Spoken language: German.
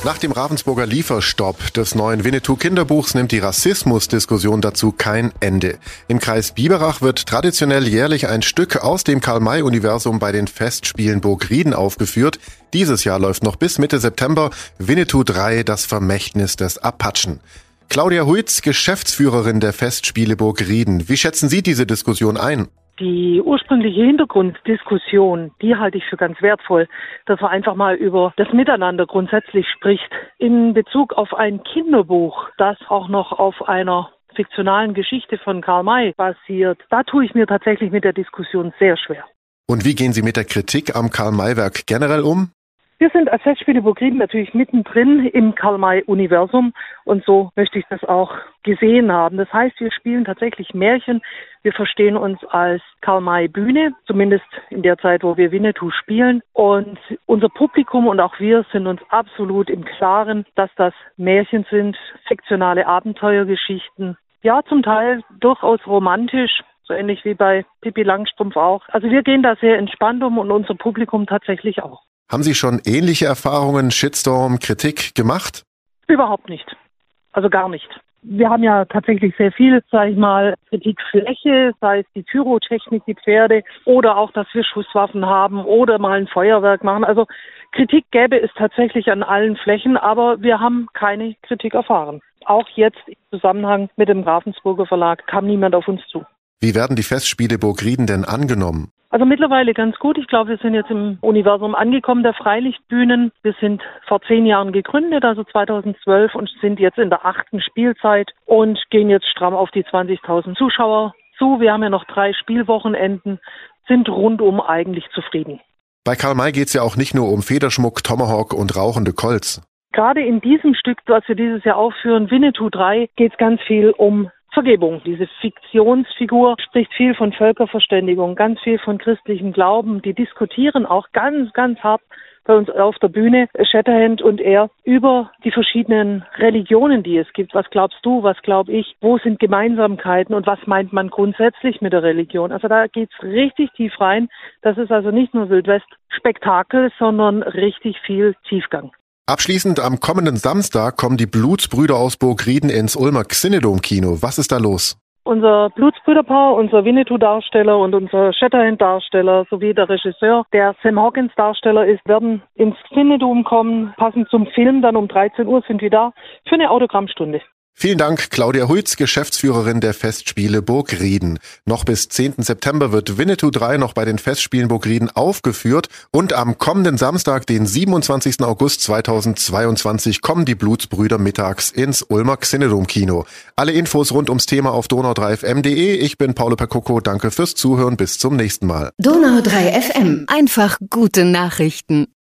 Nach dem Ravensburger Lieferstopp des neuen Winnetou-Kinderbuchs nimmt die Rassismusdiskussion dazu kein Ende. Im Kreis Biberach wird traditionell jährlich ein Stück aus dem Karl-May-Universum bei den Festspielen Burgrieden aufgeführt. Dieses Jahr läuft noch bis Mitte September Winnetou 3, das Vermächtnis des Apachen. Claudia Huitz, Geschäftsführerin der Festspiele Burgrieden. Wie schätzen Sie diese Diskussion ein? Die ursprüngliche Hintergrunddiskussion, die halte ich für ganz wertvoll, dass man einfach mal über das Miteinander grundsätzlich spricht. In Bezug auf ein Kinderbuch, das auch noch auf einer fiktionalen Geschichte von Karl May basiert, da tue ich mir tatsächlich mit der Diskussion sehr schwer. Und wie gehen Sie mit der Kritik am Karl-May-Werk generell um? Wir sind als Festspiele Burgrieden natürlich mittendrin im Karl-May-Universum und so möchte ich das auch gesehen haben. Das heißt, wir spielen tatsächlich Märchen. Wir verstehen uns als Karl-May-Bühne, zumindest in der Zeit, wo wir Winnetou spielen. Und unser Publikum und auch wir sind uns absolut im Klaren, dass das Märchen sind, fiktionale Abenteuergeschichten. Ja, zum Teil durchaus romantisch, so ähnlich wie bei Pippi Langstrumpf auch. Also wir gehen da sehr entspannt um und unser Publikum tatsächlich auch. Haben Sie schon ähnliche Erfahrungen, Shitstorm, Kritik gemacht? Überhaupt nicht. Also gar nicht. Wir haben ja tatsächlich sehr viel, sage ich mal, Kritikfläche, sei es die Pyrotechnik, die Pferde oder auch, dass wir Schusswaffen haben oder mal ein Feuerwerk machen. Also Kritik gäbe es tatsächlich an allen Flächen, aber wir haben keine Kritik erfahren. Auch jetzt im Zusammenhang mit dem Ravensburger Verlag kam niemand auf uns zu. Wie werden die Festspiele Burgrieden denn angenommen? Also mittlerweile ganz gut. Ich glaube, wir sind jetzt im Universum angekommen der Freilichtbühnen. Wir sind vor 10 Jahren gegründet, also 2012, und sind jetzt in der 8. Spielzeit und gehen jetzt stramm auf die 20.000 Zuschauer zu. Wir haben ja noch 3 Spielwochenenden, sind rundum eigentlich zufrieden. Bei Karl May geht es ja auch nicht nur um Federschmuck, Tomahawk und rauchende Colts. Gerade in diesem Stück, das wir dieses Jahr aufführen, Winnetou 3, geht es ganz viel um Vergebung. Diese Fiktionsfigur spricht viel von Völkerverständigung, ganz viel von christlichem Glauben. Die diskutieren auch ganz, ganz hart bei uns auf der Bühne, Shatterhand und er, über die verschiedenen Religionen, die es gibt. Was glaubst du, was glaube ich? Wo sind Gemeinsamkeiten und was meint man grundsätzlich mit der Religion? Also da geht's richtig tief rein. Das ist also nicht nur Wildwest-Spektakel, sondern richtig viel Tiefgang. Abschließend am kommenden Samstag kommen die Blutsbrüder aus Burgrieden ins Ulmer Xinedom-Kino. Was ist da los? Unser Blutsbrüderpaar, unser Winnetou-Darsteller und unser Shatterhand-Darsteller sowie der Regisseur, der Sam Hawkins-Darsteller ist, werden ins Xinedom kommen. Passend zum Film, dann um 13 Uhr sind wir da für eine Autogrammstunde. Vielen Dank, Claudia Huitz, Geschäftsführerin der Festspiele Burgrieden. Noch bis 10. September wird Winnetou 3 noch bei den Festspielen Burgrieden aufgeführt und am kommenden Samstag, den 27. August 2022, kommen die Blutsbrüder mittags ins Ulmer Xinedom-Kino. Alle Infos rund ums Thema auf donau3fm.de. Ich bin Paulo Percoco, danke fürs Zuhören, bis zum nächsten Mal. Donau3 FM, einfach gute Nachrichten.